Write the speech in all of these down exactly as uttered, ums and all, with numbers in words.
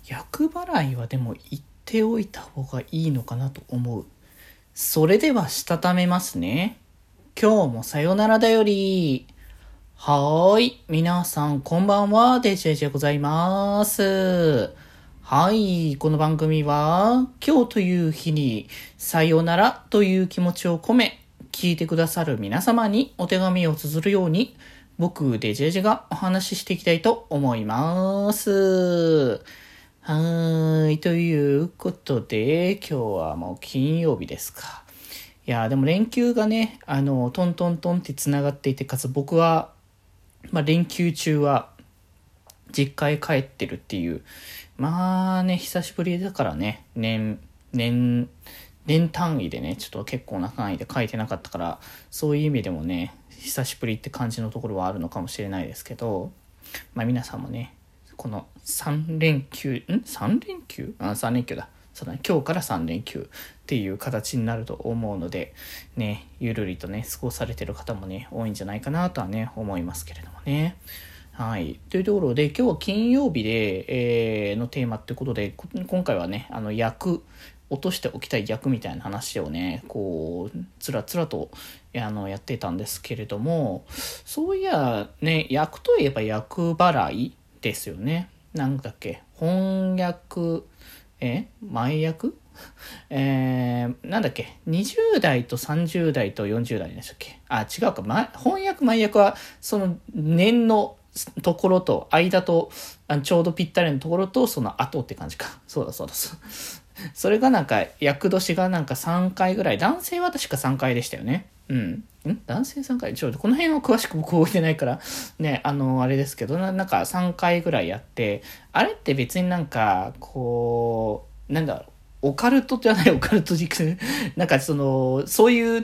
厄払いはでも言っておいた方がいいのかなと思う。それではしたためますね。今日もさよならだより。はーい。皆さんこんばんは。デジェジでございます。はい。この番組は今日という日にさよならという気持ちを込め聞いてくださる皆様にお手紙を綴るように僕デジェジがお話ししていきたいと思います。はーい。ということで、今日はもう金曜日ですか。いや、でも連休がね、あの、トントントンって繋がっていて、かつ僕は、まあ連休中は、実家へ帰ってるっていう。まあね、久しぶりだからね、年、年、年単位でね、ちょっと結構な単位で書いてなかったから、そういう意味でもね、久しぶりって感じのところはあるのかもしれないですけど、まあ皆さんもね、このさん連休、ん ?さん 連休あ、さん連休だ。そうだね。今日からさん連休っていう形になると思うので、ね、ゆるりとね、過ごされてる方もね、多いんじゃないかなとはね、思いますけれどもね。はい。というところで、今日は金曜日で、えー、のテーマってことで、今回はね、あの、役、落としておきたい役みたいな話をね、こう、つらつらと、あの、やってたんですけれども、そういや、ね、役といえば役払いですよね。なんだっけ、翻訳、え前役えー、なんだっけにじゅう代とさんじゅう代とよんじゅう代でしたっけあ、違うか、ま、翻訳前役は、その年のところと、間と、あちょうどぴったりのところと、その後って感じか。そうだそうだそう。それがなんか、役年がなんかさんかいぐらい、男性は確かさんかいでしたよね。うん。ん男性さんかいちょっとこの辺は詳しく僕覚えてないから、ね、あの、あれですけど、ななんかさんかいぐらいやって、あれって別になんか、こう、なんだろう、オカルトじゃないオカルト軸、なんかその、そういった、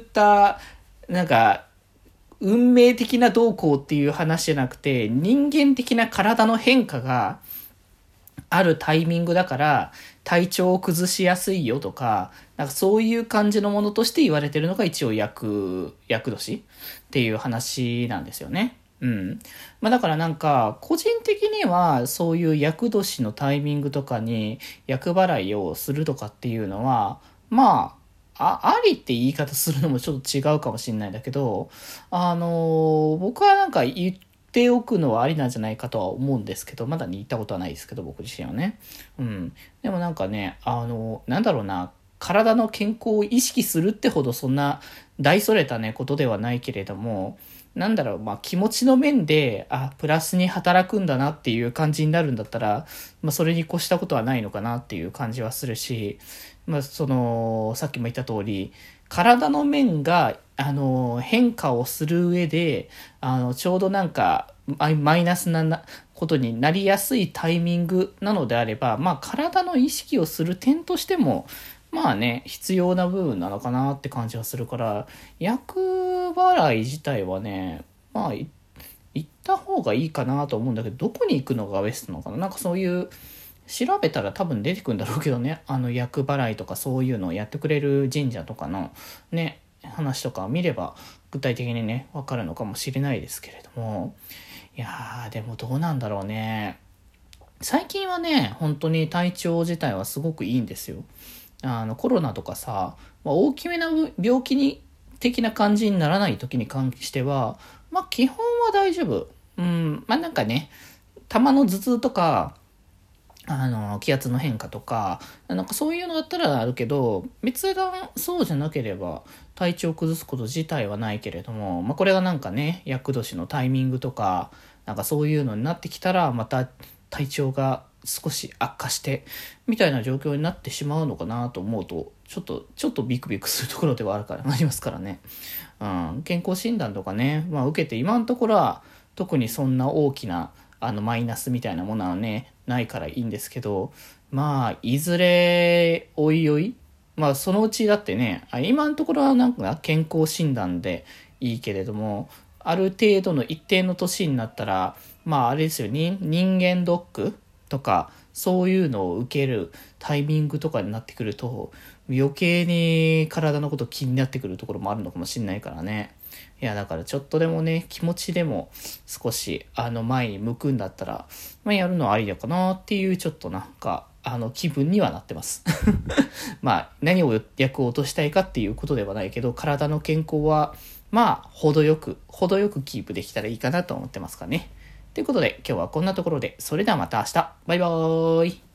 なんか、運命的な動向っていう話じゃなくて、人間的な体の変化があるタイミングだから体調を崩しやすいよとか、なんかそういう感じのものとして言われてるのが一応厄、厄年っていう話なんですよね。うん。まあだからなんか、個人的にはそういう厄年のタイミングとかに厄払いをするとかっていうのは、まあ、あ、ありって言い方するのもちょっと違うかもしれないんだけど、あのー僕はなんか言っておくのはありなんじゃないかとは思うんですけど、まだ言ったことはないですけど、僕自身はね。うん。でもなんかね、あの、なんだろうな、体の健康を意識するってほどそんな大それたね、ことではないけれども、なんだろう、まあ気持ちの面で、あ、プラスに働くんだなっていう感じになるんだったら、まあそれに越したことはないのかなっていう感じはするし、まあその、さっきも言った通り、体の面が、あの、変化をする上で、あの、ちょうどなんか、マイマイナスななことになりやすいタイミングなのであれば、まあ体の意識をする点としても、まあね、必要な部分なのかなって感じはするから、厄払い自体はね、まあ、い行った方がいいかなと思うんだけど、どこに行くのがベストなのかな。なんかそういう、調べたら多分出てくるんだろうけどね、あの厄払いとかそういうのをやってくれる神社とかのね、話とかを見れば具体的にね、わかるのかもしれないですけれども、いやー、でもどうなんだろうね。最近はね、本当に体調自体はすごくいいんですよ。あのコロナとかさ、まあ、大きめな病気に的な感じにならない時に関しては、まあ基本は大丈夫。うん、まあなんかね、たまの頭痛とか、あの、気圧の変化とか、なんかそういうのだったらあるけど、別段そうじゃなければ体調を崩すこと自体はないけれども、まあこれがなんかね、厄年のタイミングとか、なんかそういうのになってきたら、また体調が少し悪化して、みたいな状況になってしまうのかなと思うと、ちょっと、ちょっとビクビクするところではあるから、ありますからね。うん、健康診断とかね、まあ受けて今のところは、特にそんな大きな、あのマイナスみたいなものはねないからいいんですけど、まあいずれおいおい、まあそのうちだってね、今のところはなんか健康診断でいいけれども、ある程度の一定の年になったら、まああれですよね、人間ドックとかそういうのを受けるタイミングとかになってくると、余計に体のこと気になってくるところもあるのかもしれないからね。いやだからちょっとでもね、気持ちでも少しあの前に向くんだったら、まあ、やるのはありだかなっていう、ちょっとなんかあの気分にはなってますまあ何を役を落としたいかっていうことではないけど、体の健康はまあ程よく程よくキープできたらいいかなと思ってますかね。ということで今日はこんなところで、それではまた明日、バイバーイ。